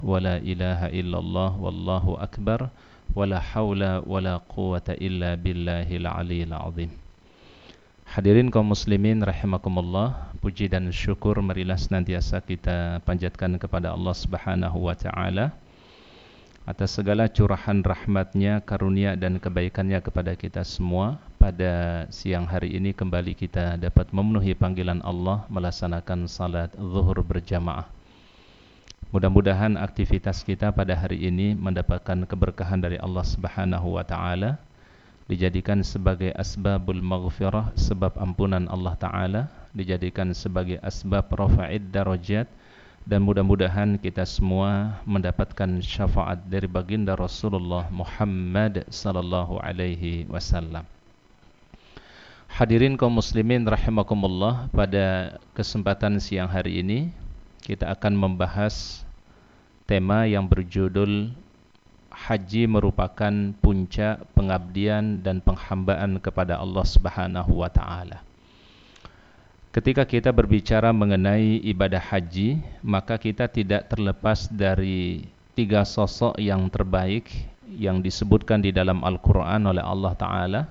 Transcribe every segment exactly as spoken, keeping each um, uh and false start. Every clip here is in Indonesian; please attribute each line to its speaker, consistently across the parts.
Speaker 1: ولا إله إلا الله والله أكبر ولا حول ولا قوة إلا بالله العلي العظيم. Hadirin kaum muslimin rahimakumullah, puji dan syukur marilah senantiasa kita panjatkan kepada Allah Subhanahu wa taala atas segala curahan rahmatnya, karunia dan kebaikannya kepada kita semua. Pada siang hari ini kembali kita dapat memenuhi panggilan Allah melaksanakan salat zuhur berjamaah. Mudah-mudahan aktivitas kita pada hari ini mendapatkan keberkahan dari Allah Subhanahu wa taala, dijadikan sebagai asbabul maghfirah, sebab ampunan Allah taala, dijadikan sebagai asbab rafa'id darajat, dan mudah-mudahan kita semua mendapatkan syafaat dari baginda Rasulullah Muhammad sallallahu alaihi wasallam. Hadirin kaum muslimin rahimakumullah, pada kesempatan siang hari ini kita akan membahas tema yang berjudul Haji merupakan puncak pengabdian dan penghambaan kepada Allah Subhanahu wa taala. Ketika kita berbicara mengenai ibadah haji, maka kita tidak terlepas dari tiga sosok yang terbaik yang disebutkan di dalam Al-Qur'an oleh Allah taala,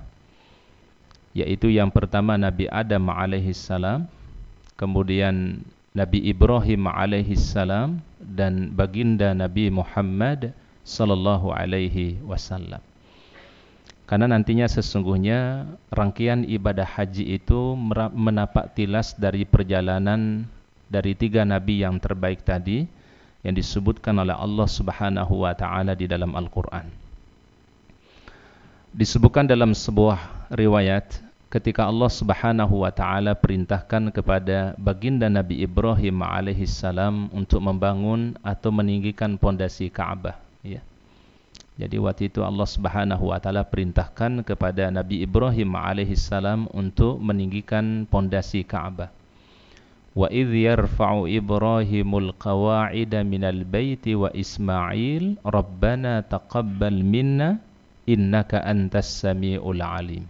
Speaker 1: yaitu yang pertama Nabi Adam alaihi salam, kemudian Nabi Ibrahim alaihi salam, dan baginda Nabi Muhammad sallallahu alaihi wasallam. Karena nantinya sesungguhnya rangkaian ibadah haji itu menapak tilas dari perjalanan dari tiga nabi yang terbaik tadi yang disebutkan oleh Allah Subhanahu wa taala di dalam Al-Qur'an. Disebutkan dalam sebuah riwayat ketika Allah Subhanahu wa taala perintahkan kepada baginda Nabi Ibrahim alaihi salam untuk membangun atau meninggikan pondasi Ka'bah, ya. Jadi waktu itu Allah Subhanahu wa taala perintahkan kepada Nabi Ibrahim alaihi salam untuk meninggikan pondasi Ka'bah. Wa idh yarfa'u Ibrahimul qawa'ida minal baiti wa Ismail rabbana taqabbal minna innaka antas samiul alim.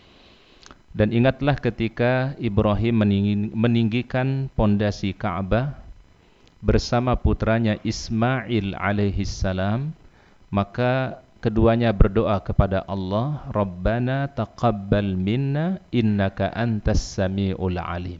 Speaker 1: Dan ingatlah ketika Ibrahim meninggikan pondasi Ka'bah bersama putranya Ismail alaihi salam, maka keduanya berdoa kepada Allah, Rabbana taqabbal minna innaka antas samiul alim.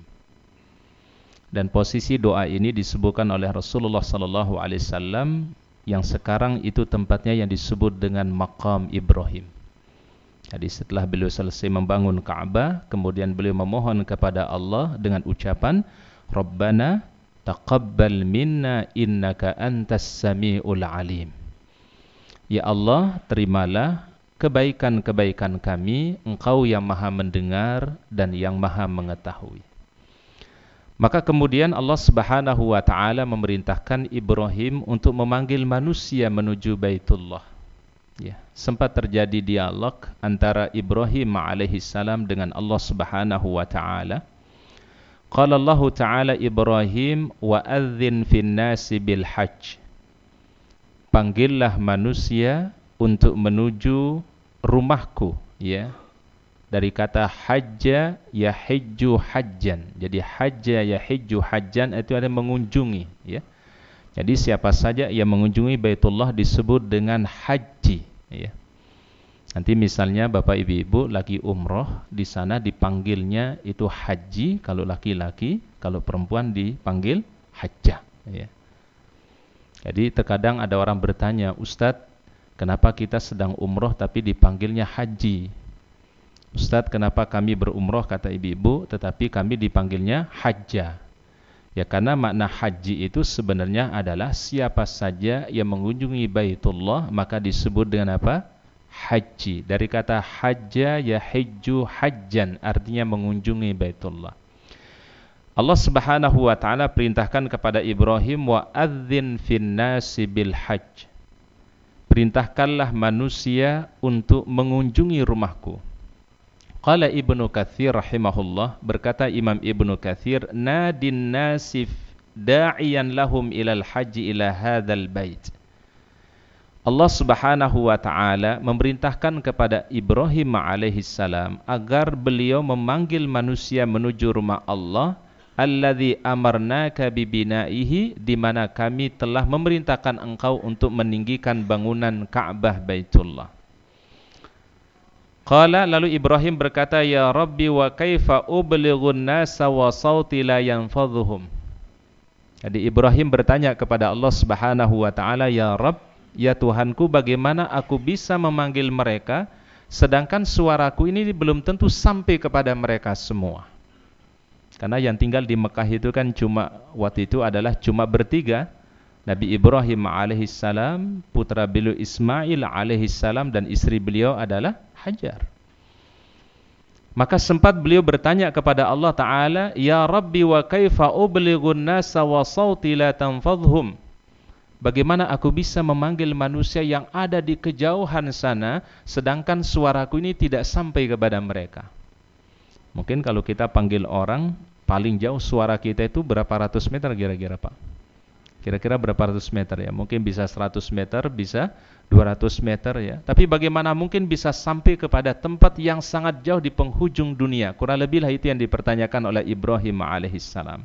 Speaker 1: Dan posisi doa ini disebutkan oleh Rasulullah sallallahu alaihi wasallam yang sekarang itu tempatnya yang disebut dengan Maqam Ibrahim. Jadi setelah beliau selesai membangun Ka'bah, kemudian beliau memohon kepada Allah dengan ucapan Rabbana taqabbal minna innaka antas samiul alim. Ya Allah, terimalah kebaikan-kebaikan kami, Engkau yang maha mendengar dan yang maha mengetahui. Maka kemudian Allah Subhanahu wa taala memerintahkan Ibrahim untuk memanggil manusia menuju Baitullah. Ya, sempat terjadi dialog antara Ibrahim alaihi salam dengan Allah Subhanahu wa taala. Qala Allah taala Ibrahim wa adzin fin nasi bil hajj. Panggillah manusia untuk menuju rumahku, ya. Dari kata hajja yahijju hajjan. Jadi hajja yahijju hajjan itu ada mengunjungi, ya. Jadi siapa saja yang mengunjungi Baitullah disebut dengan haji, ya. Nanti misalnya Bapak Ibu-ibu lagi umroh, di sana dipanggilnya itu haji kalau laki-laki, kalau perempuan dipanggil hajjah, ya. Jadi terkadang ada orang bertanya, Ustadz, kenapa kita sedang umroh tapi dipanggilnya haji? Ustadz, kenapa kami berumroh, kata ibu-ibu, tetapi kami dipanggilnya hajjah? Ya karena makna haji itu sebenarnya adalah siapa saja yang mengunjungi Baitullah maka disebut dengan apa? Haji. Dari kata hajja yahijju hajjan, artinya mengunjungi Baitullah. Allah Subhanahu wa taala perintahkan kepada Ibrahim wa adzin fin nasi bil hajj. Perintahkanlah manusia untuk mengunjungi rumahku. Qala Ibnu Katsir rahimahullah, berkata Imam Ibnu Katsir, nadin nasif da'iyan lahum ilal haji ila hadzal bait. Allah Subhanahu wa taala memerintahkan kepada Ibrahim alaihi salam agar beliau memanggil manusia menuju rumah Allah alladzi amarnaka bibina'ihi, di mana kami telah memerintahkan engkau untuk meninggikan bangunan Ka'bah Baitullah. Qala, lalu Ibrahim berkata, ya Rabbi wa kaifa ublighun nasa wa sauti la yanfadhuhum. Jadi Ibrahim bertanya kepada Allah Subhanahu wa taala, ya Rabb, ya Tuhanku, bagaimana aku bisa memanggil mereka sedangkan suaraku ini belum tentu sampai kepada mereka semua. Karena yang tinggal di Mekah itu kan cuma waktu itu adalah cuma bertiga, Nabi Ibrahim alaihissalam, putra beliau Ismail alaihissalam, dan istri beliau adalah Hajar. Maka sempat beliau bertanya kepada Allah Ta'ala, ya Rabbi wa kaifa ublighun nasa wa sauti la tanfadhum. Bagaimana aku bisa memanggil manusia yang ada di kejauhan sana sedangkan suaraku ini tidak sampai kepada mereka. Mungkin kalau kita panggil orang, paling jauh suara kita itu berapa ratus meter kira-kira Pak? Kira-kira berapa ratus meter ya? Mungkin bisa seratus meter, bisa dua ratus meter ya. Tapi bagaimana mungkin bisa sampai kepada tempat yang sangat jauh di penghujung dunia? Kurang lebih lah itu yang dipertanyakan oleh Ibrahim alaihissalam.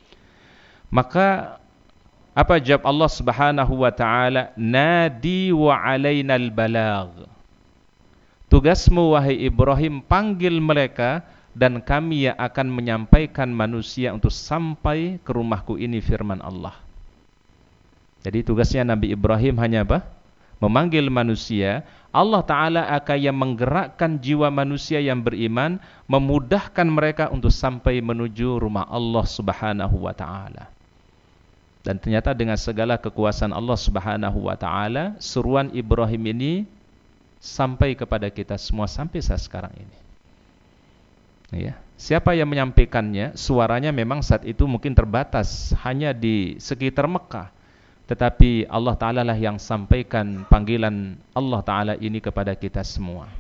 Speaker 1: Maka apa jawab Allah Subhanahu wa taala? Nadi wa alainal balagh. Tugasmu wahai Ibrahim, panggil mereka dan kami yang akan menyampaikan manusia untuk sampai ke rumahku ini, firman Allah. Jadi tugasnya Nabi Ibrahim hanya apa? Memanggil manusia. Allah Ta'ala akan yang menggerakkan jiwa manusia yang beriman, memudahkan mereka untuk sampai menuju rumah Allah Subhanahu wa ta'ala. Dan ternyata dengan segala kekuasaan Allah Subhanahu wa ta'ala, seruan Ibrahim ini sampai kepada kita semua sampai saat sekarang ini. Ya. Siapa yang menyampaikannya? Suaranya memang saat itu mungkin terbatas hanya di sekitar Mekah. Tetapi Allah Ta'ala lah yang sampaikan panggilan Allah Ta'ala ini kepada kita semua.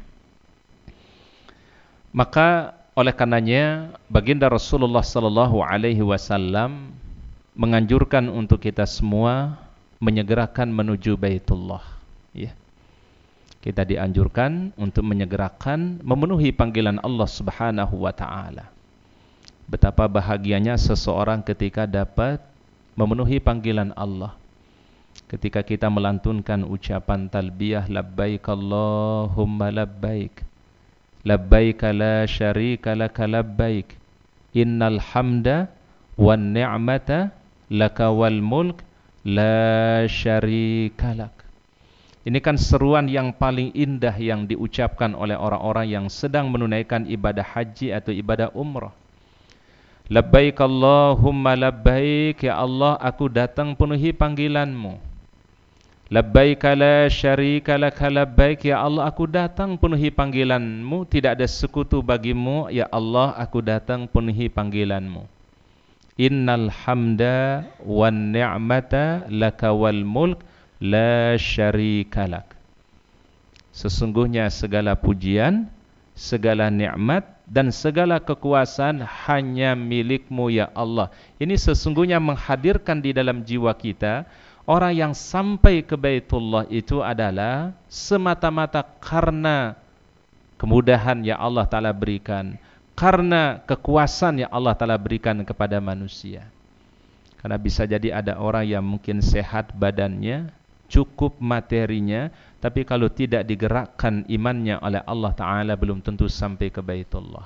Speaker 1: Maka oleh karenanya baginda Rasulullah Sallallahu Alaihi Wasallam menganjurkan untuk kita semua menyegerakan menuju Baitullah. Ya. Kita dianjurkan untuk menyegerakan memenuhi panggilan Allah Subhanahu wa taala. Betapa bahagianya seseorang ketika dapat memenuhi panggilan Allah. Ketika kita melantunkan ucapan talbiyah, labbaik Allahumma labbaik, labbaik la syarika laka labbaik, innal hamda wan ni'mata laka wal mulk la syarika lak. Ini kan seruan yang paling indah yang diucapkan oleh orang-orang yang sedang menunaikan ibadah haji atau ibadah umrah. Labbaik Allahumma labbaik, ya Allah aku datang penuhi panggilanmu. Labbaik la syarika laka labbaik, ya Allah aku datang penuhi panggilanmu, tidak ada sekutu bagimu, ya Allah aku datang penuhi panggilanmu. Innal hamda wan ni'mata laka wal mulk la syarikalak. Sesungguhnya segala pujian, segala nikmat dan segala kekuasaan hanya milikmu ya Allah. Ini sesungguhnya menghadirkan di dalam jiwa kita, orang yang sampai ke Baitullah itu adalah semata-mata karena kemudahan yang Allah Ta'ala berikan, karena kekuasaan yang Allah Ta'ala berikan kepada manusia. Karena bisa jadi ada orang yang mungkin sehat badannya, cukup materinya, tapi kalau tidak digerakkan imannya oleh Allah Ta'ala belum tentu sampai ke Baitullah.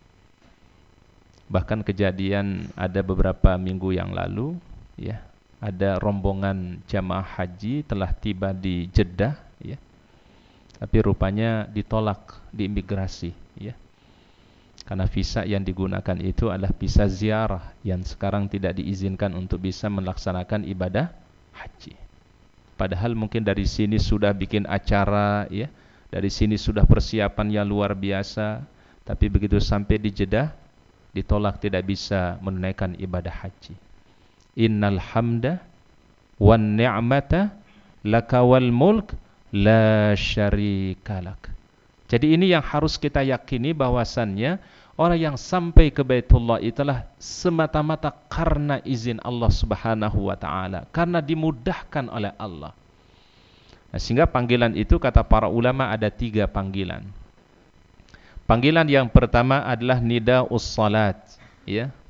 Speaker 1: Bahkan kejadian ada beberapa minggu yang lalu, ya, ada rombongan jamaah haji telah tiba di Jeddah, ya, tapi rupanya ditolak di imigrasi, ya, karena visa yang digunakan itu adalah visa ziarah yang sekarang tidak diizinkan untuk bisa melaksanakan ibadah haji. Padahal mungkin dari sini sudah bikin acara, ya, dari sini sudah persiapan yang luar biasa, tapi begitu sampai di Jeddah ditolak, tidak bisa menunaikan ibadah haji. Innal hamda wan ni'mata laka wal mulk la syarikalak. Jadi ini yang harus kita yakini, bahwasannya orang yang sampai ke Baitullah itulah semata-mata karena izin Allah Subhanahu wa ta'ala, karena dimudahkan oleh Allah. Nah, sehingga panggilan itu kata para ulama ada tiga panggilan. Panggilan yang pertama adalah nida'us salat, ya,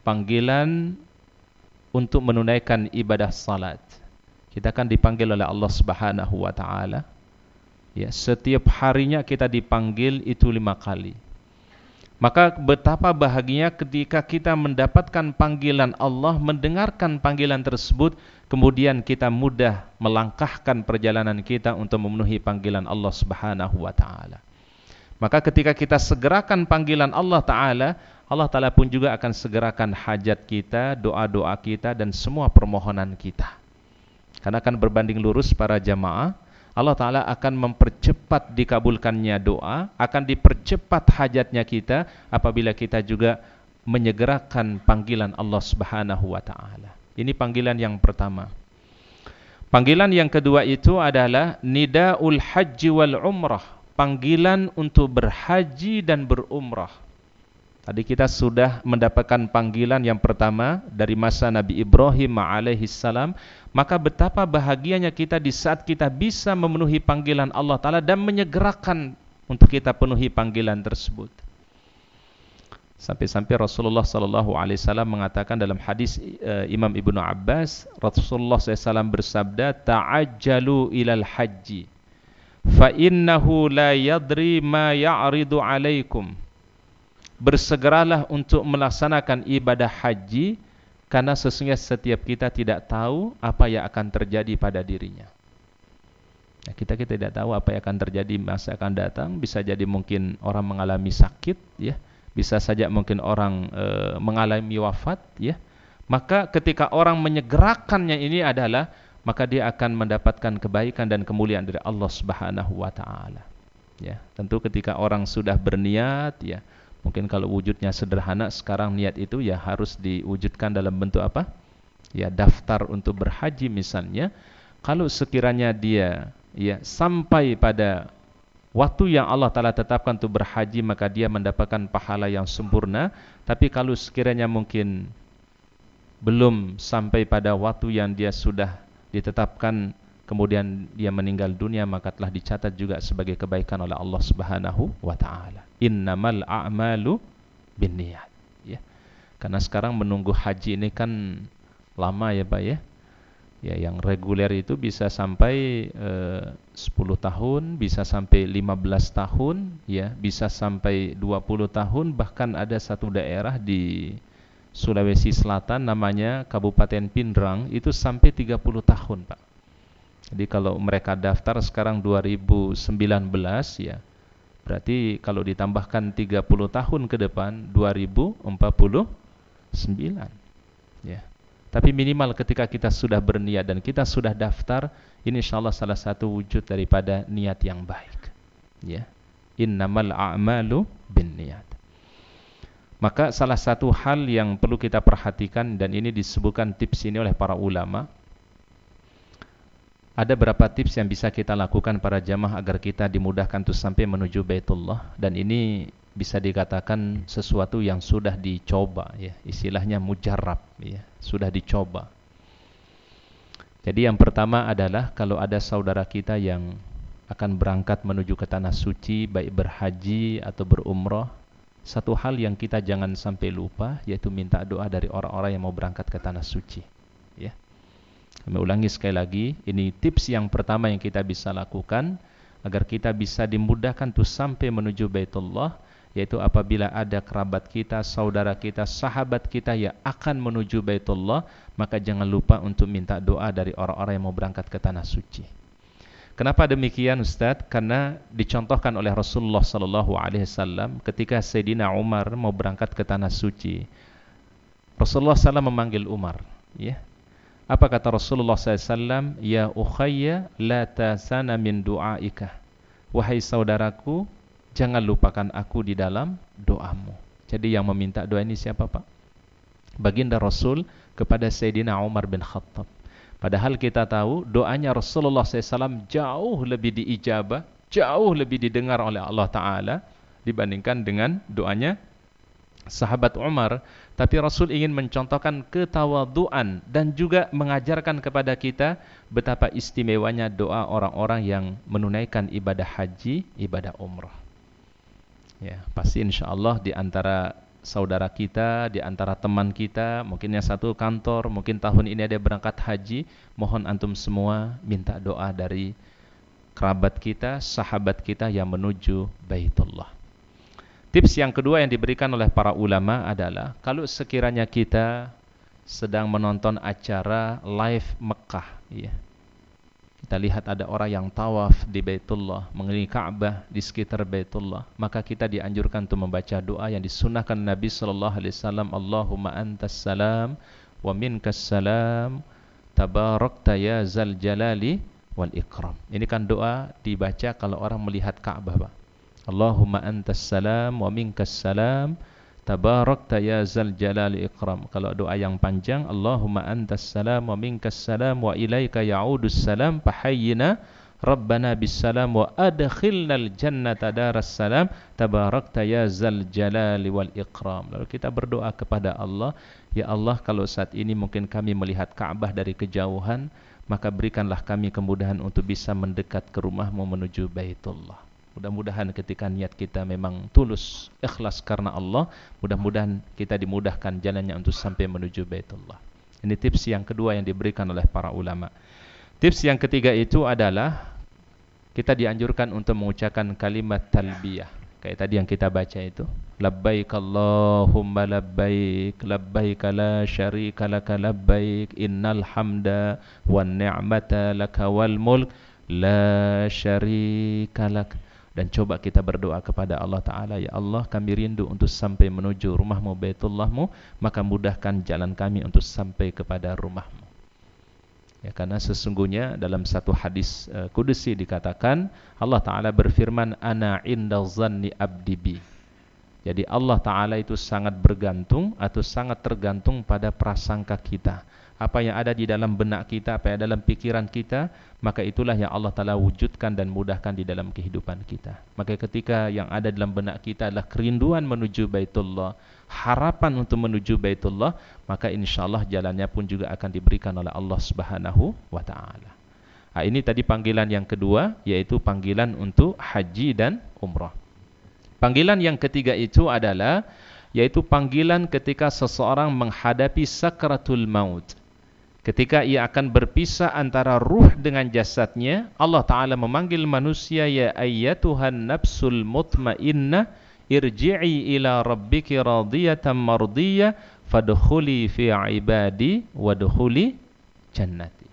Speaker 1: panggilan untuk menunaikan ibadah salat. Kita akan dipanggil oleh Allah Subhanahu wa taala. Ya, setiap harinya kita dipanggil itu lima kali. Maka betapa bahagianya ketika kita mendapatkan panggilan Allah, mendengarkan panggilan tersebut, kemudian kita mudah melangkahkan perjalanan kita untuk memenuhi panggilan Allah Subhanahu wa taala. Maka ketika kita segerakan panggilan Allah taala, Allah taala pun juga akan segerakan hajat kita, doa-doa kita dan semua permohonan kita. Karena akan berbanding lurus para jamaah, Allah Ta'ala akan mempercepat dikabulkannya doa, akan dipercepat hajatnya kita apabila kita juga menyegerakan panggilan Allah Subhanahu wa Ta'ala. Ini panggilan yang pertama. Panggilan yang kedua itu adalah Nida'ul Haji wal Umrah, panggilan untuk berhaji dan berumrah. Tadi kita sudah mendapatkan panggilan yang pertama dari masa Nabi Ibrahim alaihissalam. Maka betapa bahagianya kita di saat kita bisa memenuhi panggilan Allah Ta'ala dan menyegerakan untuk kita penuhi panggilan tersebut. Sampai-sampai Rasulullah sallallahu alaihi wasallam mengatakan dalam hadis uh, Imam Ibnu Abbas, Rasulullah sallallahu alaihi wasallam bersabda, "Ta'ajjalu ilal haji, fa innahu la yadri ma ya'ridu alaikum." Bersegeralah untuk melaksanakan ibadah haji, karena sesungguhnya setiap kita tidak tahu apa yang akan terjadi pada dirinya. Nah, kita kita tidak tahu apa yang akan terjadi masa akan datang. Bisa jadi mungkin orang mengalami sakit, ya. Bisa saja mungkin orang e, mengalami wafat, ya. Maka ketika orang menyegerakannya ini adalah, maka dia akan mendapatkan kebaikan dan kemuliaan dari Allah Subhanahu wa taala. Ya, tentu ketika orang sudah berniat, ya. Mungkin kalau wujudnya sederhana, sekarang niat itu ya harus diwujudkan dalam bentuk apa? Ya, daftar untuk berhaji misalnya. Kalau sekiranya dia ya sampai pada waktu yang Allah Ta'ala tetapkan untuk berhaji, maka dia mendapatkan pahala yang sempurna. Tapi kalau sekiranya mungkin belum sampai pada waktu yang dia sudah ditetapkan, kemudian dia meninggal dunia, maka telah dicatat juga sebagai kebaikan oleh Allah Subhanahu wa taala. Innamal a'malu binniyat, ya. Karena sekarang menunggu haji ini kan lama ya, Pak, ya. Ya, yang reguler itu bisa sampai eh, sepuluh tahun, bisa sampai lima belas tahun, ya, bisa sampai dua puluh tahun, bahkan ada satu daerah di Sulawesi Selatan namanya Kabupaten Pindrang itu sampai tiga puluh tahun, Pak. Jadi kalau mereka daftar sekarang dua ribu sembilan belas, ya, berarti kalau ditambahkan tiga puluh tahun ke depan dua ribu empat puluh sembilan, ya. Tapi minimal ketika kita sudah berniat dan kita sudah daftar, ini insyaallah salah satu wujud daripada niat yang baik, ya. Innamal a'malu binniyat. Maka salah satu hal yang perlu kita perhatikan, dan ini disebutkan tips ini oleh para ulama, ada beberapa tips yang bisa kita lakukan para jamaah agar kita dimudahkan untuk sampai menuju Baitullah, dan ini bisa dikatakan sesuatu yang sudah dicoba, ya, istilahnya mujarrab, ya, sudah dicoba. Jadi yang pertama adalah kalau ada saudara kita yang akan berangkat menuju ke tanah suci, baik berhaji atau berumrah, satu hal yang kita jangan sampai lupa, yaitu minta doa dari orang-orang yang mau berangkat ke tanah suci, ya. Kami ulangi sekali lagi, ini tips yang pertama yang kita bisa lakukan agar kita bisa dimudahkan untuk sampai menuju Baitullah, yaitu apabila ada kerabat kita, saudara kita, sahabat kita yang akan menuju Baitullah, maka jangan lupa untuk minta doa dari orang-orang yang mau berangkat ke tanah suci. Kenapa demikian, Ustaz? Karena dicontohkan oleh Rasulullah sallallahu alaihi wasallam ketika Sayyidina Umar mau berangkat ke tanah suci. Rasulullah sallallahu alaihi wasallam memanggil Umar, ya. Apa kata Rasulullah sallallahu alaihi wasallam? Ya ukhayya la tasana min du'aika. Wahai saudaraku, jangan lupakan aku di dalam doamu. Jadi yang meminta doa ini siapa, Pak? Baginda Rasul kepada Sayyidina Umar bin Khattab. Padahal kita tahu doanya Rasulullah sallallahu alaihi wasallam jauh lebih diijabah, jauh lebih didengar oleh Allah Ta'ala dibandingkan dengan doanya sahabat Umar. Tapi Rasul ingin mencontohkan ketawaduan dan juga mengajarkan kepada kita betapa istimewanya doa orang-orang yang menunaikan ibadah haji, ibadah umrah. Ya, pasti insyaallah di antara saudara kita, di antara teman kita, mungkin yang satu kantor, mungkin tahun ini ada berangkat haji, mohon antum semua minta doa dari kerabat kita, sahabat kita yang menuju Baitullah. Tips yang kedua yang diberikan oleh para ulama adalah kalau sekiranya kita sedang menonton acara live Mekah, ya. Kita lihat ada orang yang tawaf di Baitullah, mengelilingi Ka'bah di sekitar Baitullah, maka kita dianjurkan untuk membaca doa yang disunnahkan Nabi sallallahu alaihi wasallam, Allahumma antas salam wa minkas salam tabarakta ya zal jalali wal ikram. Ini kan doa dibaca kalau orang melihat Ka'bah, Pak. Allahumma antas salam wa minkas salam tabarakta ya zal jalali ikram. Kalau doa yang panjang, Allahumma antas salam wa minkas salam wa ilaika ya'udus salam fahayyina rabbana bis salam wa adkhilnal jannata daras salam tabarakta ya zal jalali wal ikram. Lalu kita berdoa kepada Allah, ya Allah, kalau saat ini mungkin kami melihat Ka'bah dari kejauhan, maka berikanlah kami kemudahan untuk bisa mendekat ke rumahmu menuju Baitullah. Mudah-mudahan ketika niat kita memang tulus, ikhlas karena Allah, mudah-mudahan kita dimudahkan jalannya untuk sampai menuju Baitullah. Ini tips yang kedua yang diberikan oleh para ulama. Tips yang ketiga itu adalah kita dianjurkan untuk mengucapkan kalimat talbiyah. Kayak tadi yang kita baca itu, labbaik Allahumma labbaik, labbaik la syarika laka labbaik, innal hamda wan ni'mata laka wal mulk la syarika lak. Dan coba kita berdoa kepada Allah Ta'ala, ya Allah, kami rindu untuk sampai menuju rumahmu, Baitullahmu, maka mudahkan jalan kami untuk sampai kepada rumahmu. Ya, karena sesungguhnya dalam satu hadis uh, kudusi dikatakan, Allah Ta'ala berfirman, ana inda zanni abdi bi. Jadi Allah Ta'ala itu sangat bergantung atau sangat tergantung pada prasangka kita. Apa yang ada di dalam benak kita, apa yang ada dalam pikiran kita, maka itulah yang Allah Ta'ala wujudkan dan mudahkan di dalam kehidupan kita. Maka ketika yang ada dalam benak kita adalah kerinduan menuju Baitullah, harapan untuk menuju Baitullah, maka insyaAllah jalannya pun juga akan diberikan oleh Allah Subhanahu wa Ta'ala. Nah, ini tadi panggilan yang kedua, yaitu panggilan untuk haji dan umrah. Panggilan yang ketiga itu adalah, yaitu panggilan ketika seseorang menghadapi sakratul maut. Ketika ia akan berpisah antara ruh dengan jasadnya, Allah Ta'ala memanggil manusia, ya ayyatuhan nafsul mutmainnah, irji'i ila rabbiki radiyatan mardiyah, fadkhuli fi ibadi wadkhuli jannati.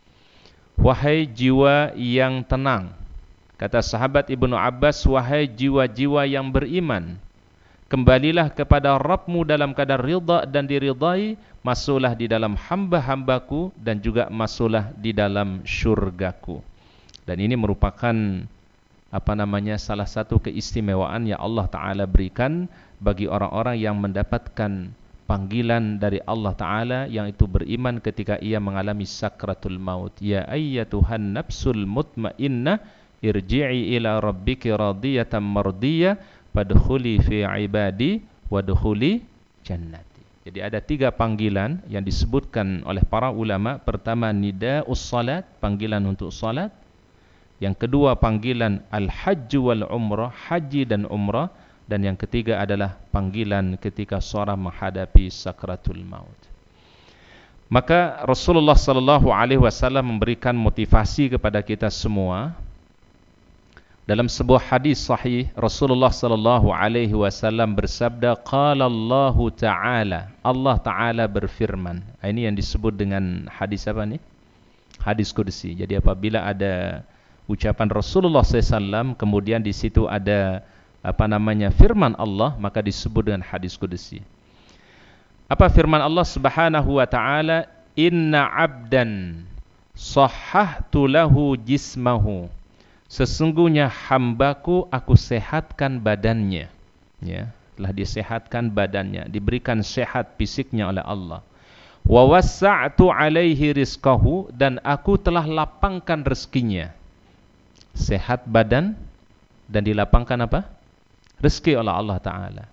Speaker 1: Wahai jiwa yang tenang, kata sahabat Ibnu Abbas, wahai jiwa-jiwa yang beriman, kembalilah kepada Rabbmu dalam keadaan ridha dan diridai, masuklah di dalam hamba-hambaku dan juga masuklah di dalam syurgaku. Dan ini merupakan apa namanya salah satu keistimewaan yang Allah Ta'ala berikan bagi orang-orang yang mendapatkan panggilan dari Allah Ta'ala, yang itu beriman ketika ia mengalami sakratul maut. Ya ayyatuhan nafsul mutmainnah, irji'i ila rabbiki radiyatan mardiyah, fadkhuli fi ibadi wadkhuli jannati. Jadi ada tiga panggilan yang disebutkan oleh para ulama. Pertama, nida'us salat, panggilan untuk salat. Yang kedua, panggilan al-hajj wal umrah, haji dan umrah. Dan yang ketiga adalah panggilan ketika seorang menghadapi sakratul maut. Maka Rasulullah sallallahu alaihi wasallam memberikan motivasi kepada kita semua. Dalam sebuah hadis sahih, Rasulullah sallallahu alaihi wasallam bersabda, qala Allah Ta'ala, Allah Ta'ala berfirman. Ini yang disebut dengan hadis apa nih? Hadis kudusi. Jadi apabila ada ucapan Rasulullah sallallahu alaihi wasallam, kemudian di situ ada apa namanya firman Allah, maka disebut dengan hadis kudusi. Apa firman Allah Subhanahu wa Ta'ala? Inna abdan sahhahtu lahu jismahu, sesungguhnya hambaku aku sehatkan badannya, ya, telah disehatkan badannya, diberikan sehat fisiknya oleh Allah. Wa wassa'tu alaihi rizqahu, dan aku telah lapangkan rezekinya. Sehat badan dan dilapangkan apa? Rezeki oleh Allah Ta'ala.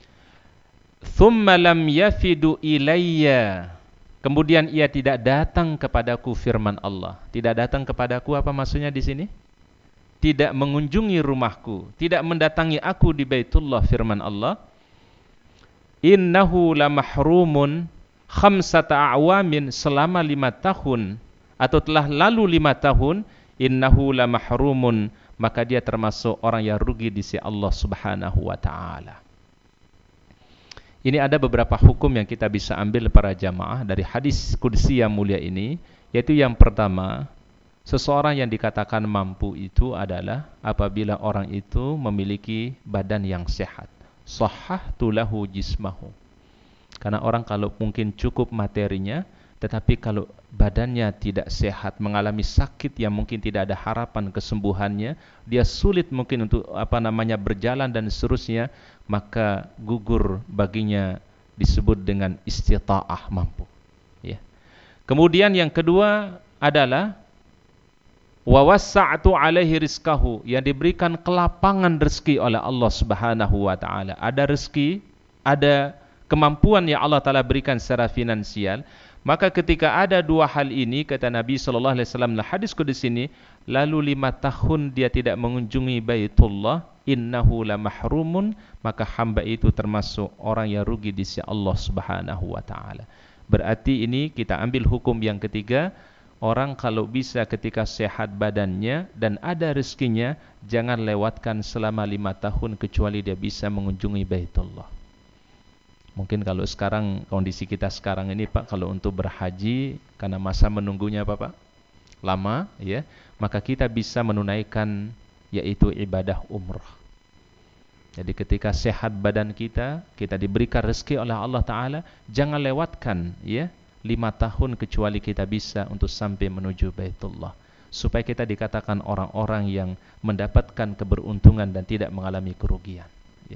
Speaker 1: Thumma lam yafidu ilayya, kemudian ia tidak datang kepadaku, firman Allah. Tidak datang kepadaku, apa maksudnya di sini? Tidak mengunjungi rumahku, tidak mendatangi aku di Baitullah, firman Allah. innahu lamahrumun khamsata a'wamin, selama lima tahun atau telah lalu lima tahun, innahu lamahrumun, maka dia termasuk orang yang rugi di sisi Allah Subhanahu wa taala. Ini ada beberapa hukum yang kita bisa ambil para jamaah dari hadis qudsi yang mulia ini, yaitu yang pertama, seseorang yang dikatakan mampu itu adalah apabila orang itu memiliki badan yang sehat. Sahhahtu lahu jismahu. Karena orang kalau mungkin cukup materinya, tetapi kalau badannya tidak sehat, mengalami sakit yang mungkin tidak ada harapan kesembuhannya, dia sulit mungkin untuk apa namanya berjalan dan seterusnya, maka gugur baginya disebut dengan istita'ah, mampu. Ya. Kemudian yang kedua adalah wa wassa'tu alaihi rizqahu, yang diberikan kelapangan rezeki oleh Allah Subhanahu wa taala. Ada rezeki, ada kemampuan yang Allah taala berikan secara finansial. Maka ketika ada dua hal ini, kata Nabi sallallahu alaihi wasallam dalam hadis qudsi ini, lalu lima tahun dia tidak mengunjungi Baitullah, innahu lamahrumun, maka hamba itu termasuk orang yang rugi di sisi Allah Subhanahu wa taala. Berarti ini kita ambil hukum yang ketiga, orang kalau bisa ketika sehat badannya dan ada rezekinya, jangan lewatkan selama lima tahun kecuali dia bisa mengunjungi Baitullah. Mungkin kalau sekarang, kondisi kita sekarang ini Pak, kalau untuk berhaji, karena masa menunggunya apa Pak? Lama, ya, maka kita bisa menunaikan yaitu ibadah umrah. Jadi ketika sehat badan kita, kita diberikan rezeki oleh Allah Ta'ala, jangan lewatkan ya lima tahun kecuali kita bisa untuk sampai menuju Baitullah, supaya kita dikatakan orang-orang yang mendapatkan keberuntungan dan tidak mengalami kerugian.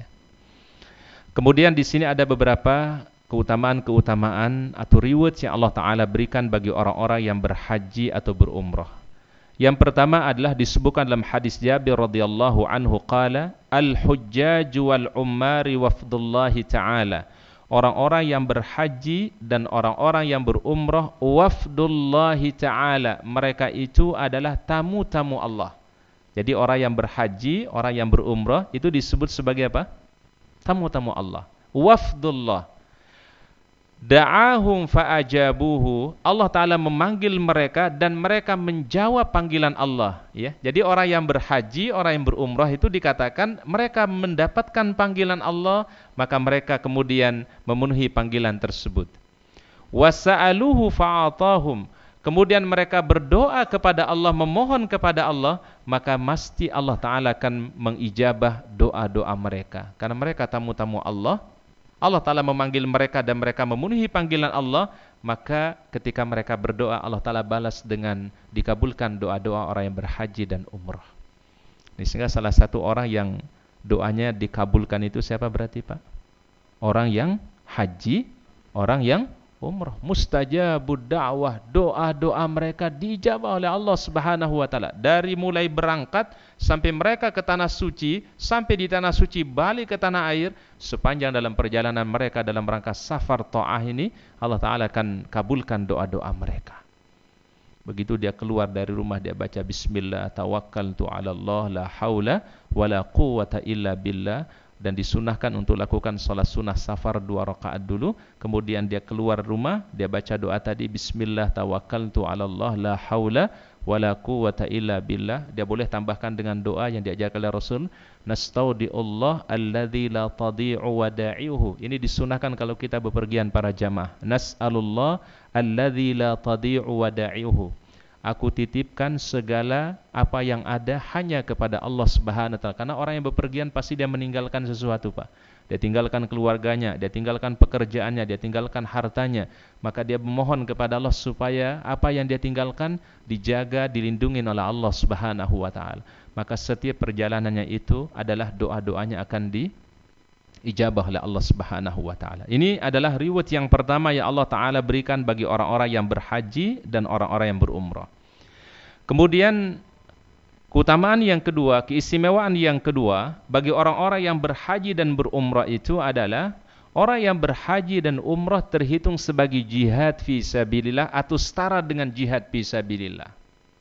Speaker 1: Kemudian di sini ada beberapa keutamaan-keutamaan atau reward yang Allah Ta'ala berikan bagi orang-orang yang berhaji atau berumrah. Yang pertama adalah disebutkan dalam hadis Jabir radhiyallahu anhu qala, al-hujjaju wal-ummari wafdullahi ta'ala. Orang-orang yang berhaji dan orang-orang yang berumrah wafdullahi ta'ala, mereka itu adalah tamu-tamu Allah. Jadi orang yang berhaji, orang yang berumrah itu disebut sebagai apa? Tamu-tamu Allah. Wafdullah. Da'ahum fa'ajabuhu. Allah Ta'ala memanggil mereka dan mereka menjawab panggilan Allah. Ya. Jadi orang yang berhaji, orang yang berumrah itu dikatakan mereka mendapatkan panggilan Allah, maka mereka kemudian memenuhi panggilan tersebut. Wasa'aluhu fa'atahum. Kemudian mereka berdoa kepada Allah, memohon kepada Allah, maka pasti Allah Ta'ala akan mengijabah doa-doa mereka. Karena mereka tamu-tamu Allah, Allah Ta'ala memanggil mereka dan mereka memenuhi panggilan Allah, maka ketika mereka berdoa, Allah Ta'ala balas dengan dikabulkan doa-doa orang yang berhaji dan umrah. Ini sehingga salah satu orang yang doanya dikabulkan itu siapa berarti Pak? Orang yang haji, orang yang umrah. Mustajabud da'wah, doa-doa mereka dijabah oleh Allah Subhanahu wa taala. Dari mulai berangkat sampai mereka ke tanah suci, sampai di tanah suci balik ke tanah air, sepanjang dalam perjalanan mereka dalam rangka safar ta'ah ini, Allah Taala akan kabulkan doa-doa mereka. Begitu dia keluar dari rumah, dia baca bismillah tawakkaltu 'ala Allah la haula wala quwwata illa billah. Dan disunahkan untuk lakukan salat sunnah safar dua rakaat dulu. Kemudian dia keluar rumah, dia baca doa tadi, bismillah tawakkaltu 'ala Allah la haula wala quwwata illa billah. Dia boleh tambahkan dengan doa yang diajarkan oleh Rasul, nastaudiullah alladzi la tadhi'u wada'ihu. Ini disunahkan kalau kita bepergian para jamaah. Nas'alullah alladzi la tadhi'u wada'ihu. Aku titipkan segala apa yang ada hanya kepada Allah Subhanahu wa taala. Karena orang yang bepergian pasti dia meninggalkan sesuatu, Pak. Dia tinggalkan keluarganya, dia tinggalkan pekerjaannya, dia tinggalkan hartanya. Maka dia memohon kepada Allah supaya apa yang dia tinggalkan dijaga, dilindungi oleh Allah Subhanahu wa taala. Maka setiap perjalanannya itu adalah doa-doanya akan diijabah oleh Allah Subhanahu wa taala. Ini adalah reward yang pertama yang Allah Taala berikan bagi orang-orang yang berhaji dan orang-orang yang berumrah. Kemudian keutamaan yang kedua, keistimewaan yang kedua bagi orang-orang yang berhaji dan berumrah itu adalah orang yang berhaji dan umrah terhitung sebagai jihad fi sabilillah atau setara dengan jihad fi sabilillah.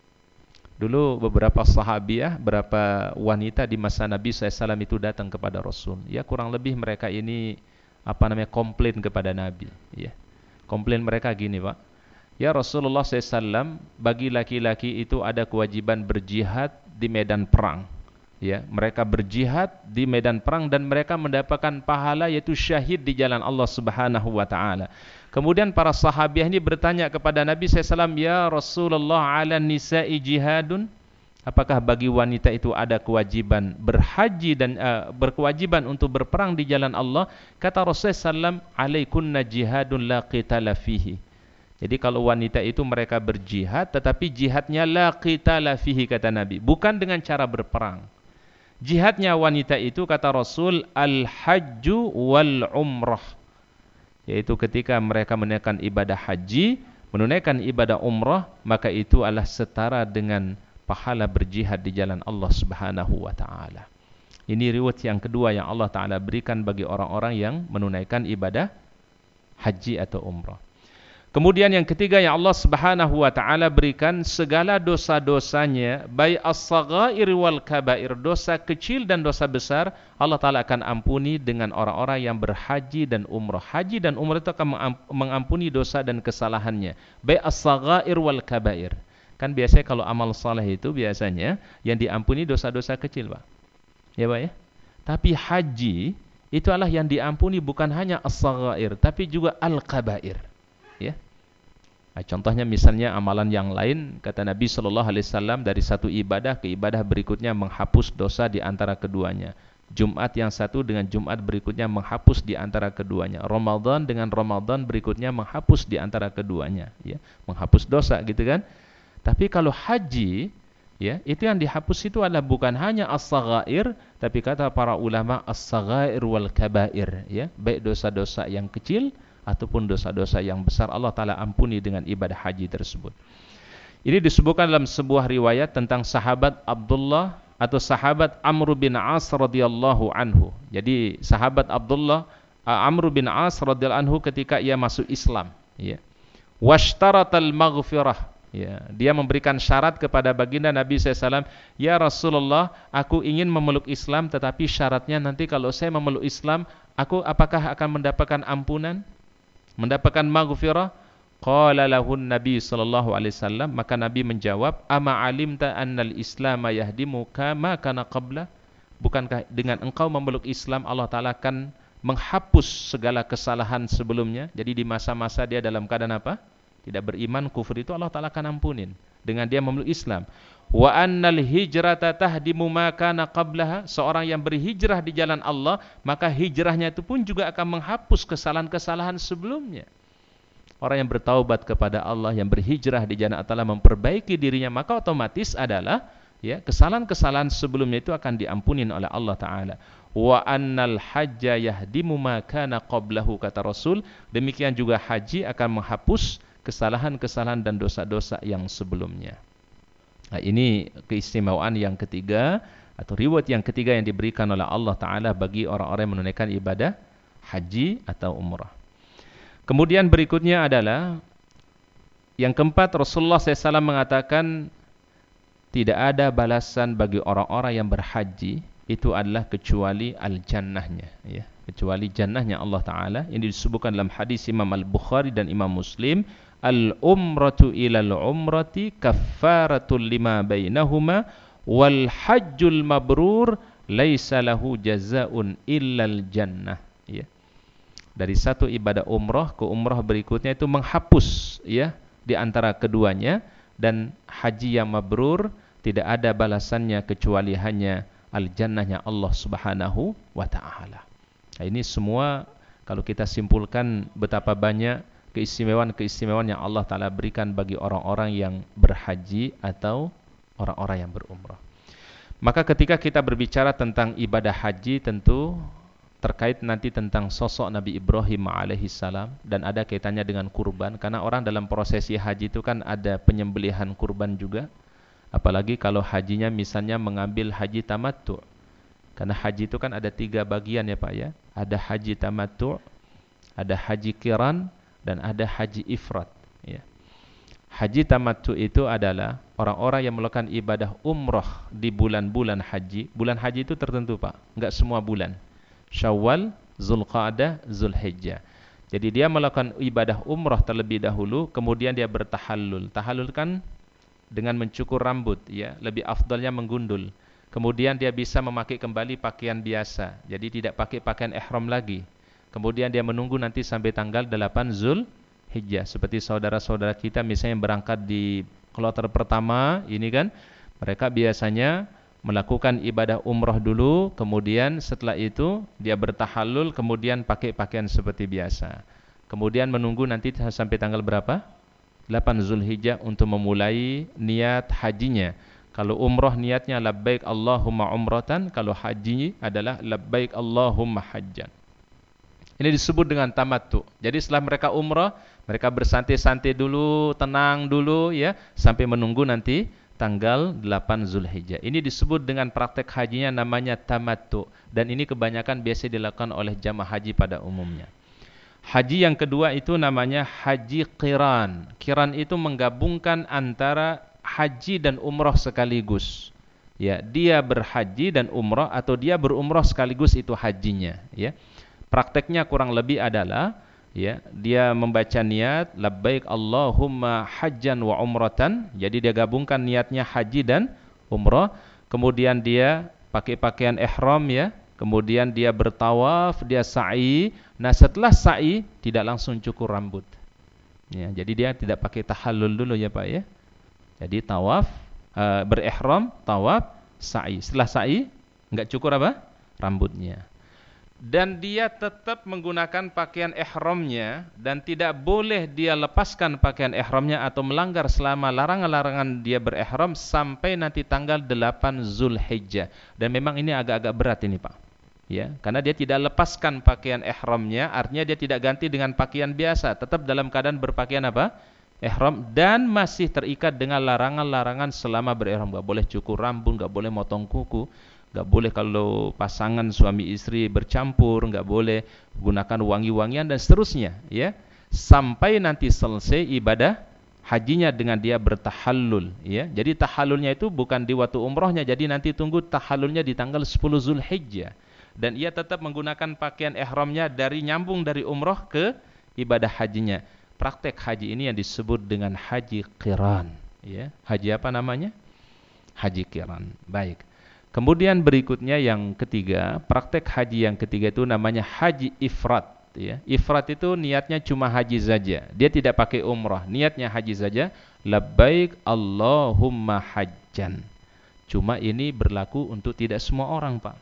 Speaker 1: Dulu beberapa sahabiah, beberapa wanita di masa Nabi shallallahu alaihi wasallam itu datang kepada Rasul. Ya kurang lebih mereka ini apa namanya komplain kepada Nabi, ya. Komplain mereka gini, Pak. Ya Rasulullah shallallahu alaihi wasallam, bagi laki-laki itu ada kewajiban berjihad di medan perang. Ya, mereka berjihad di medan perang dan mereka mendapatkan pahala yaitu syahid di jalan Allah Subhanahu wa taala. Kemudian para sahabiah ini bertanya kepada Nabi shallallahu alaihi wasallam, "Ya Rasulullah, 'ala nisa'i jihadun?" Apakah bagi wanita itu ada kewajiban berhaji dan uh, berkewajiban untuk berperang di jalan Allah? Kata Rasulullah shallallahu alaihi wasallam, "'Alaikunna jihadun la qitala fihi." Jadi kalau wanita itu mereka berjihad, tetapi jihadnya la qitala fihi, kata Nabi, bukan dengan cara berperang. Jihadnya wanita itu, kata Rasul, al-hajju wal-umrah, yaitu ketika mereka menunaikan ibadah haji, menunaikan ibadah umrah, maka itu adalah setara dengan pahala berjihad di jalan Allah Subhanahu wa taala. Ini riwayat yang kedua yang Allah taala berikan bagi orang-orang yang menunaikan ibadah haji atau umrah. Kemudian yang ketiga yang Allah Subhanahu wa taala berikan, segala dosa-dosanya, baik as-saghair wal kabair, dosa kecil dan dosa besar, Allah taala akan ampuni dengan orang-orang yang berhaji dan umrah. Haji dan umrah itu akan mengampuni dosa dan kesalahannya, baik as-saghair wal kabair. Kan biasanya kalau amal saleh itu biasanya yang diampuni dosa-dosa kecil, Pak. Ya, Pak ya. Tapi haji itu adalah yang diampuni bukan hanya as-saghair tapi juga al-kabair. Ya. Nah, contohnya misalnya amalan yang lain, kata Nabi Shallallahu Alaihi Wasallam, dari satu ibadah ke ibadah berikutnya menghapus dosa di antara keduanya. Jumat yang satu dengan Jumat berikutnya menghapus di antara keduanya. Ramadan dengan Ramadan berikutnya menghapus di antara keduanya. Ya, menghapus dosa, gitu kan? Tapi kalau haji, ya, itu yang dihapus itu adalah bukan hanya as-saghair, tapi kata para ulama as-saghair wal kabair, ya, baik dosa-dosa yang kecil ataupun dosa-dosa yang besar, Allah taala ampuni dengan ibadah haji tersebut. Ini disebutkan dalam sebuah riwayat tentang sahabat Abdullah atau sahabat Amr bin As radhiyallahu anhu. Jadi sahabat Abdullah Amr bin As radhiyallahu anhu ketika ia masuk Islam, ya. Washtaratal maghfirah, ya, dia memberikan syarat kepada baginda Nabi shallallahu alaihi wasallam, "Ya Rasulullah, aku ingin memeluk Islam, tetapi syaratnya nanti kalau saya memeluk Islam, aku apakah akan mendapatkan ampunan, mendapatkan maghfirah?" Qala lahun Nabi sallallahu alaihi wasallam, maka Nabi menjawab, "Ama alimta annal Islam yahdimu kama kana qabla?" Bukankah dengan engkau memeluk Islam Allah taala akan menghapus segala kesalahan sebelumnya? Jadi di masa-masa dia dalam keadaan apa? Tidak beriman, kufur, itu Allah taala akan ampunin dengan dia memeluk Islam. Wa annal hijrata tahdimu ma kana qablaha, seorang yang berhijrah di jalan Allah, maka hijrahnya itu pun juga akan menghapus kesalahan-kesalahan sebelumnya. Orang yang bertaubat kepada Allah, yang berhijrah di jalan Allah, memperbaiki dirinya, maka otomatis adalah, ya, kesalahan-kesalahan sebelumnya itu akan diampunin oleh Allah taala. Wa annal hajja yahdimu ma kana qablahu, kata Rasul, demikian juga haji akan menghapus kesalahan-kesalahan dan dosa-dosa yang sebelumnya. Nah, ini keistimewaan yang ketiga atau riwayat yang ketiga yang diberikan oleh Allah taala bagi orang-orang yang menunaikan ibadah haji atau umrah. Kemudian berikutnya adalah yang keempat, Rasulullah shallallahu alaihi wasallam mengatakan tidak ada balasan bagi orang-orang yang berhaji itu adalah kecuali al-jannahnya, ya, kecuali jannahnya Allah taala. Ini disebutkan dalam hadis Imam Al-Bukhari dan Imam Muslim, al-umratu ilal umrati kaffaratul lima bainahuma wal hajjul mabrur laisa lahu jazaa'un illal jannah, ya. Dari satu ibadah umrah ke umrah berikutnya itu menghapus, ya, di antara keduanya, dan haji yang mabrur tidak ada balasannya kecuali hanya al-jannahnya Allah Subhanahu wa taala. Nah, ini semua kalau kita simpulkan betapa banyak keistimewaan-keistimewaan yang Allah taala berikan bagi orang-orang yang berhaji atau orang-orang yang berumrah. Maka ketika kita berbicara tentang ibadah haji, tentu terkait nanti tentang sosok Nabi Ibrahim alaihissalam, dan ada kaitannya dengan kurban, karena orang dalam prosesi haji itu kan ada penyembelihan kurban juga. Apalagi kalau hajinya misalnya mengambil haji tamattu, karena haji itu kan ada tiga bagian, ya Pak, ya. Ada haji tamattu, ada haji qiran, dan ada haji ifrat, ya. Haji tamattu itu adalah orang-orang yang melakukan ibadah umrah di bulan-bulan haji. Bulan haji itu tertentu, Pak, enggak semua bulan. Syawal, Zulqa'dah, Zulhijjah. Jadi dia melakukan ibadah umrah terlebih dahulu, kemudian dia bertahallul. Tahallul kan dengan mencukur rambut, ya, lebih afdalnya menggundul. Kemudian dia bisa memakai kembali pakaian biasa, jadi tidak pakai pakaian ihram lagi. Kemudian dia menunggu nanti sampai tanggal delapan Zulhijjah. Seperti saudara-saudara kita misalnya yang berangkat di kloter pertama, ini kan mereka biasanya melakukan ibadah umrah dulu, kemudian setelah itu dia bertahallul, kemudian pakai pakaian seperti biasa. Kemudian menunggu nanti sampai tanggal berapa? delapan Zulhijjah untuk memulai niat hajinya. Kalau umrah niatnya labbaik Allahumma umratan, kalau haji adalah labbaik Allahumma hajjan. Ini disebut dengan tamattu. Jadi setelah mereka umrah, mereka bersantai-santai dulu, tenang dulu, ya, sampai menunggu nanti tanggal delapan Zulhijjah. Ini disebut dengan praktek hajinya namanya tamattu, dan ini kebanyakan biasa dilakukan oleh jamaah haji pada umumnya. Haji yang kedua itu namanya haji qiran. Qiran itu menggabungkan antara haji dan umrah sekaligus. Ya, dia berhaji dan umrah atau dia berumrah sekaligus itu hajinya, ya. Prakteknya kurang lebih adalah, ya, dia membaca niat labbaik Allahumma hajjan wa umratan. Jadi dia gabungkan niatnya haji dan umrah. Kemudian dia pakai pakaian ihram, ya. Kemudian dia bertawaf, dia sa'i. Nah, setelah sa'i tidak langsung cukur rambut. Ya, jadi dia tidak pakai tahallul dulu, ya Pak, ya. Jadi tawaf, e, berihram, tawaf, sa'i. Setelah sa'i enggak cukur apa? Rambutnya. Dan dia tetap menggunakan pakaian ihramnya dan tidak boleh dia lepaskan pakaian ihramnya atau melanggar selama larangan-larangan dia berihram sampai nanti tanggal delapan Zulhijjah. Dan memang ini agak-agak berat ini, Pak. Ya, karena dia tidak lepaskan pakaian ihramnya, artinya dia tidak ganti dengan pakaian biasa, tetap dalam keadaan berpakaian apa? Ihram, dan masih terikat dengan larangan-larangan selama berihram. Enggak boleh cukur rambut, enggak boleh motong kuku, enggak boleh kalau pasangan suami istri bercampur, enggak boleh gunakan wangi-wangian dan seterusnya, ya. Sampai nanti selesai ibadah hajinya dengan dia bertahallul, ya. Jadi tahallulnya itu bukan di waktu umrohnya, jadi nanti tunggu tahallulnya di tanggal sepuluh Zulhijjah. Dan ia tetap menggunakan pakaian ihramnya dari nyambung dari umrah ke ibadah hajinya. Praktek haji ini yang disebut dengan haji qiran, ya. Haji apa namanya? Haji qiran. Baik. Kemudian berikutnya yang ketiga, praktek haji yang ketiga itu namanya haji ifrat, ya. Ifrat itu niatnya cuma haji saja. Dia tidak pakai umrah, niatnya haji saja. Labbaik Allahumma hajjan. Cuma ini berlaku untuk tidak semua orang, Pak.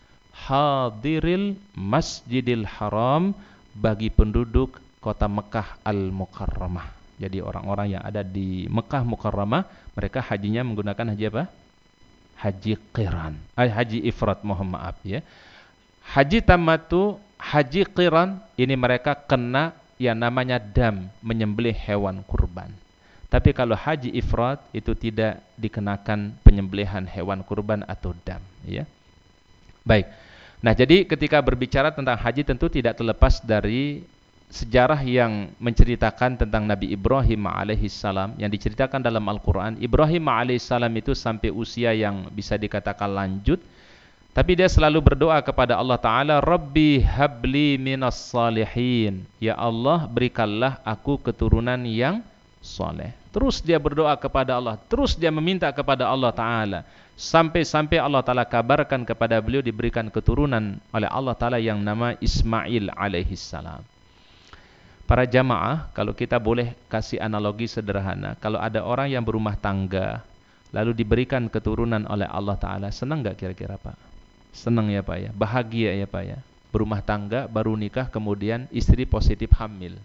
Speaker 1: Hadiril Masjidil Haram, bagi penduduk kota Mekah Al-Mukarramah. Jadi orang-orang yang ada di Mekah Mukarramah, mereka hajinya menggunakan haji apa? Haji qiran. Eh, haji ifrat, mohon maaf, ya. Haji tamattu, haji qiran, ini mereka kena yang namanya dam, menyembelih hewan kurban. Tapi kalau haji ifrat itu tidak dikenakan penyembelihan hewan kurban atau dam, ya. Baik. Nah, jadi ketika berbicara tentang haji tentu tidak terlepas dari sejarah yang menceritakan tentang Nabi Ibrahim alaihissalam yang diceritakan dalam Al-Quran. Ibrahim alaihissalam itu sampai usia yang bisa dikatakan lanjut, tapi dia selalu berdoa kepada Allah Ta'ala, Rabbi habli minas salihin. Ya Allah, berikanlah aku keturunan yang soleh. Terus dia berdoa kepada Allah, terus dia meminta kepada Allah Ta'ala, sampai-sampai Allah Ta'ala kabarkan kepada beliau diberikan keturunan oleh Allah Ta'ala yang nama Ismail alaihissalam. Para jamaah, kalau kita boleh kasih analogi sederhana, kalau ada orang yang berumah tangga lalu diberikan keturunan oleh Allah Ta'ala, senang gak kira-kira Pak? Senang ya Pak ya, bahagia ya Pak ya. Berumah tangga, baru nikah, kemudian istri positif hamil.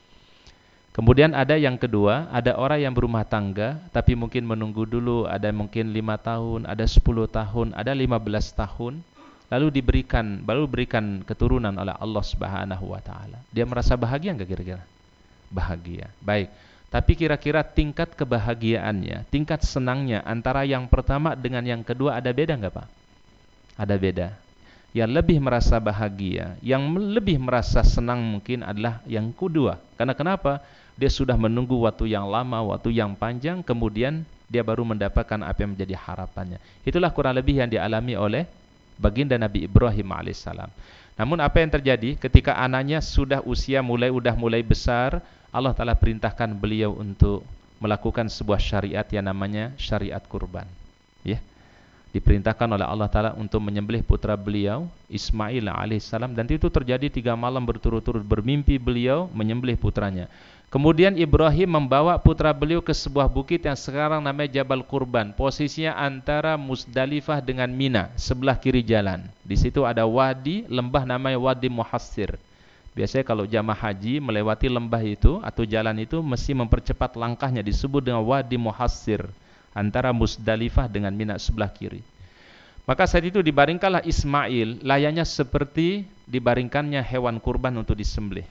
Speaker 1: Kemudian ada yang kedua, ada orang yang berumah tangga tapi mungkin menunggu dulu, ada mungkin lima tahun, ada sepuluh tahun, ada lima belas tahun, lalu diberikan, baru berikan keturunan oleh Allah Subhanahu wa Ta'ala. Dia merasa bahagia enggak kira-kira? Bahagia. Baik. Tapi kira-kira tingkat kebahagiaannya, tingkat senangnya antara yang pertama dengan yang kedua ada beda enggak Pak? Ada beda. Yang lebih merasa bahagia, yang lebih merasa senang mungkin adalah yang kedua. Karena kenapa? Dia sudah menunggu waktu yang lama, waktu yang panjang, kemudian dia baru mendapatkan apa yang menjadi harapannya. Itulah kurang lebih yang dialami oleh baginda Nabi Ibrahim alaihissalam. Namun apa yang terjadi ketika anaknya sudah usia mulai udah mulai besar, Allah Ta'ala perintahkan beliau untuk melakukan sebuah syariat yang namanya syariat kurban. Ya. Diperintahkan oleh Allah Ta'ala untuk menyembelih putra beliau Ismail alaihissalam, dan itu terjadi tiga malam berturut-turut bermimpi beliau menyembelih putranya. Kemudian Ibrahim membawa putra beliau ke sebuah bukit yang sekarang namanya Jabal Kurban. Posisinya antara Musdalifah dengan Mina, sebelah kiri jalan. Di situ ada wadi, lembah namanya Wadi Muhassir. Biasanya kalau jamaah haji melewati lembah itu atau jalan itu mesti mempercepat langkahnya, disebut dengan Wadi Muhassir, antara Musdalifah dengan Mina sebelah kiri. Maka saat itu dibaringkanlah Ismail, layaknya seperti dibaringkannya hewan kurban untuk disembelih.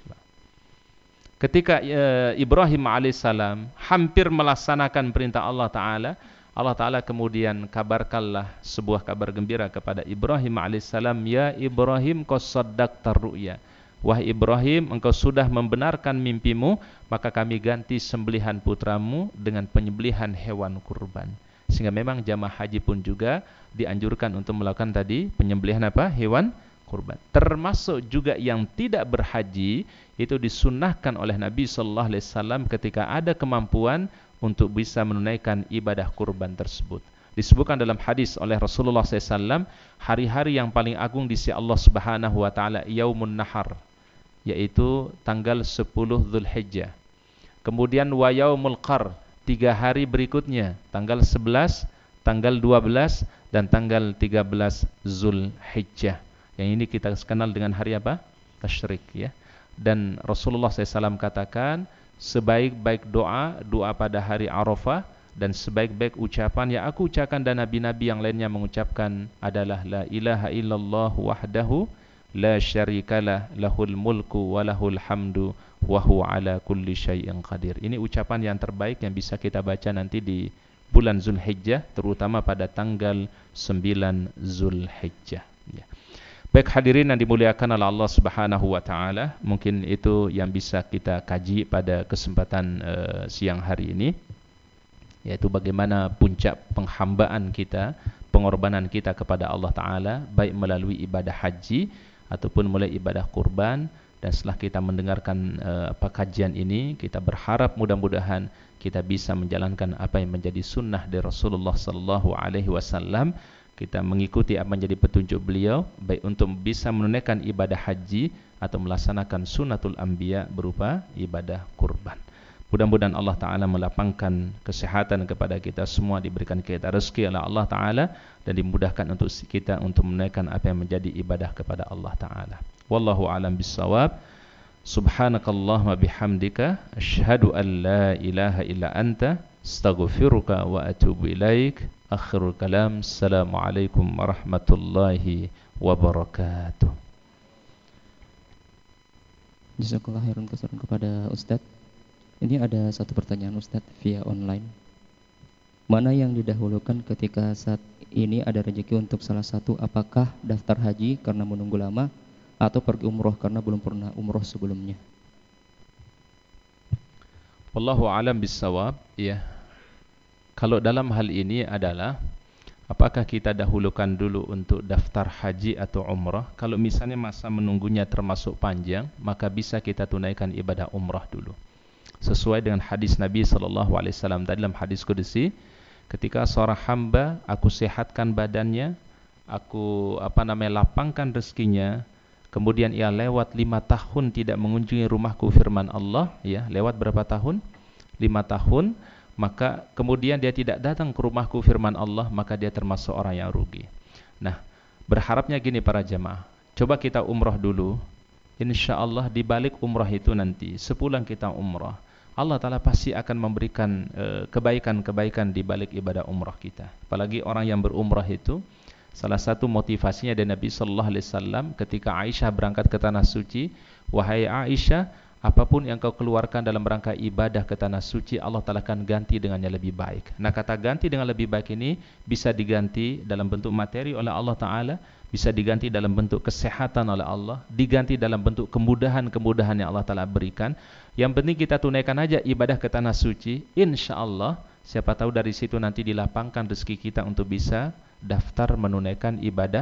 Speaker 1: Ketika e, Ibrahim alaihissalam hampir melaksanakan perintah Allah Ta'ala, Allah Ta'ala kemudian kabarkanlah sebuah kabar gembira kepada Ibrahim alaihissalam, ya Ibrahim kau saddaqtar ru'ya, wahai Ibrahim engkau sudah membenarkan mimpimu, maka kami ganti sembelihan putramu dengan penyembelihan hewan kurban. Sehingga memang jamaah haji pun juga dianjurkan untuk melakukan tadi penyembelihan apa? Hewan kurban. Termasuk juga yang tidak berhaji, itu disunnahkan oleh Nabi Sallallahu Alaihi Wasallam ketika ada kemampuan untuk bisa menunaikan ibadah kurban tersebut. Disebutkan dalam hadis oleh Rasulullah Sallallahu Alaihi Wasallam, hari-hari yang paling agung di sisi Allah Subhanahu Wa Taala Yaumun Nahar, yaitu tanggal sepuluh Dzulhijjah. Kemudian wa Yaumul Qar, tiga hari berikutnya, tanggal sebelas, tanggal dua belas, dan tanggal tiga belas Dzulhijjah. Yang ini kita kenal dengan hari apa? Tasyrik, ya. Dan Rasulullah shallallahu alaihi wasallam katakan, sebaik-baik doa, doa pada hari Arafah, dan sebaik-baik ucapan yang aku ucapkan dan nabi-nabi yang lainnya mengucapkan adalah la ilaha illallah wahdahu la syarikalah lahul mulku wa lahul hamdu wa huwa ala kulli syai'in qadir. Ini ucapan yang terbaik yang bisa kita baca nanti di bulan Zulhijjah, terutama pada tanggal sembilan Zulhijjah, ya. Baik hadirin yang dimuliakan oleh Allah Subhanahu wa taala, mungkin itu yang bisa kita kaji pada kesempatan uh, siang hari ini, yaitu bagaimana puncak penghambaan kita, pengorbanan kita kepada Allah Ta'ala, baik melalui ibadah haji ataupun melalui ibadah kurban. Dan setelah kita mendengarkan uh, apa kajian ini, kita berharap mudah-mudahan kita bisa menjalankan apa yang menjadi sunnah dari Rasulullah Sallallahu Alaihi Wasallam. Kita mengikuti apa menjadi petunjuk beliau, baik untuk bisa menunaikan ibadah haji atau melaksanakan sunnatul anbiya berupa ibadah kurban. Mudah-mudahan Allah Ta'ala melapangkan kesehatan kepada kita semua, diberikan kita rezeki oleh Allah Ta'ala, dan dimudahkan untuk kita untuk menunaikan apa yang menjadi ibadah kepada Allah Ta'ala. Wallahu a'lam bissawab. Subhanakallahumma bihamdika asyhadu an la ilaha illa anta astaghfiruka wa atubu ilaik. Akhirul kalam. Assalamualaikum warahmatullahi wabarakatuh.
Speaker 2: Jazakallah khairan katsiran kepada Ustadz. Ini ada satu pertanyaan Ustadz via online. Mana yang didahulukan ketika saat ini ada rezeki untuk salah satu, apakah daftar haji karena menunggu lama atau pergi umroh karena belum pernah umroh sebelumnya?
Speaker 1: Wallahu a'lam bissawab. Ya. Kalau dalam hal ini adalah apakah kita dahulukan dulu untuk daftar haji atau umrah? Kalau misalnya masa menunggunya termasuk panjang, maka bisa kita tunaikan ibadah umrah dulu. Sesuai dengan hadis Nabi sallallahu alaihi wasallam dalam hadis qudsi, ketika seorang hamba aku sehatkan badannya, aku apa namanya lapangkan rezekinya, kemudian ia lewat lima tahun tidak mengunjungi rumahku, firman Allah, ya, lewat berapa tahun? lima tahun. Maka kemudian dia tidak datang ke rumahku, firman Allah, maka dia termasuk orang yang rugi. Nah, berharapnya gini para jamaah, coba kita umrah dulu. Insya Allah di balik umrah itu nanti, sepulang kita umrah, Allah Ta'ala pasti akan memberikan e, kebaikan-kebaikan di balik ibadah umrah kita. Apalagi orang yang berumrah itu, salah satu motivasinya dari Nabi Sallallahu Alaihi Wasallam ketika Aisyah berangkat ke Tanah Suci, wahai Aisyah, apapun yang kau keluarkan dalam rangka ibadah ke Tanah Suci, Allah Ta'ala akan ganti dengannya lebih baik. Nah, kata ganti dengan lebih baik ini bisa diganti dalam bentuk materi oleh Allah Ta'ala, bisa diganti dalam bentuk kesehatan oleh Allah, diganti dalam bentuk kemudahan-kemudahan yang Allah Ta'ala berikan. Yang penting kita tunaikan aja ibadah ke Tanah Suci. Insya Allah, siapa tahu dari situ nanti dilapangkan rezeki kita untuk bisa daftar menunaikan ibadah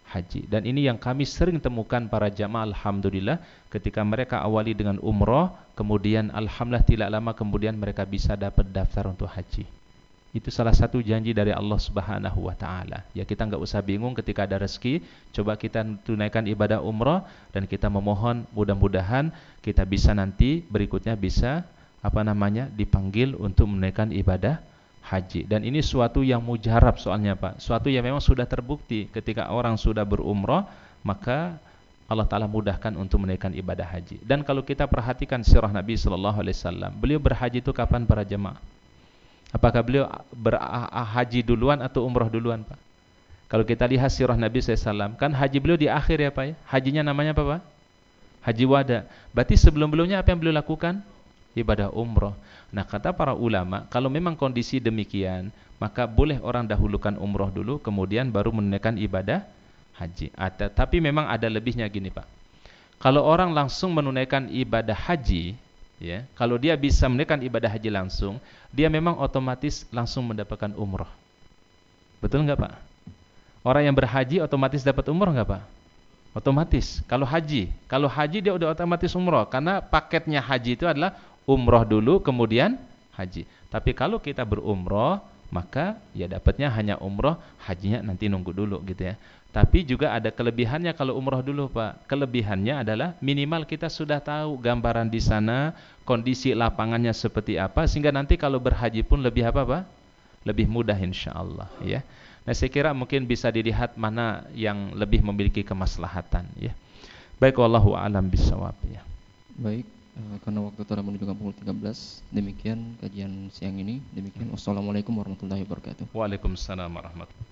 Speaker 1: haji. Dan ini yang kami sering temukan para jamaah, alhamdulillah, ketika mereka awali dengan umroh, kemudian alhamdulillah tidak lama kemudian mereka bisa dapat daftar untuk haji. Itu salah satu janji dari Allah Subhanahu wa taala. Ya, kita enggak usah bingung ketika ada rezeki, coba kita tunaikan ibadah umrah dan kita memohon mudah-mudahan kita bisa nanti berikutnya bisa apa namanya dipanggil untuk menunaikan ibadah haji. Dan ini suatu yang mujarab soalnya Pak. Suatu yang memang sudah terbukti ketika orang sudah berumrah, maka Allah Ta'ala mudahkan untuk menunaikan ibadah haji. Dan kalau kita perhatikan sirah Nabi Sallallahu Alaihi Wasallam, beliau berhaji itu kapan para jemaah? Apakah beliau berhaji duluan atau umrah duluan Pak? Kalau kita lihat sirah Nabi Sallallahu Alaihi Wasallam, kan haji beliau di akhir ya Pak ya? Hajinya namanya apa Pak? Haji wada. Berarti sebelum-belumnya apa yang beliau lakukan? Ibadah umrah. Nah, kata para ulama, kalau memang kondisi demikian, maka boleh orang dahulukan umrah dulu, kemudian baru menunaikan ibadah haji. Atau, tapi memang ada lebihnya gini Pak. Kalau orang langsung menunaikan ibadah haji, ya, kalau dia bisa menunaikan ibadah haji langsung, dia memang otomatis langsung mendapatkan umrah. Betul nggak Pak? Orang yang berhaji otomatis dapat umrah nggak Pak? Otomatis. Kalau haji, kalau haji dia udah otomatis umrah, karena paketnya haji itu adalah umrah dulu kemudian haji. Tapi kalau kita berumrah, maka ya dapatnya hanya umrah, hajinya nanti nunggu dulu gitu ya. Tapi juga ada kelebihannya kalau umrah dulu Pak. Kelebihannya adalah minimal kita sudah tahu gambaran di sana, kondisi lapangannya seperti apa, sehingga nanti kalau berhaji pun lebih apa Pak? Lebih mudah insyaallah ya. Nah, saya kira mungkin bisa dilihat mana yang lebih memiliki kemaslahatan ya. Baik, wallahu a'lam bishawab ya.
Speaker 2: Baik. Uh, karena waktu telah menunjukkan pukul tiga belas, demikian kajian siang ini. Demikian, wassalamualaikum warahmatullahi wabarakatuh.
Speaker 1: Waalaikumsalam warahmatullahi wabarakatuh.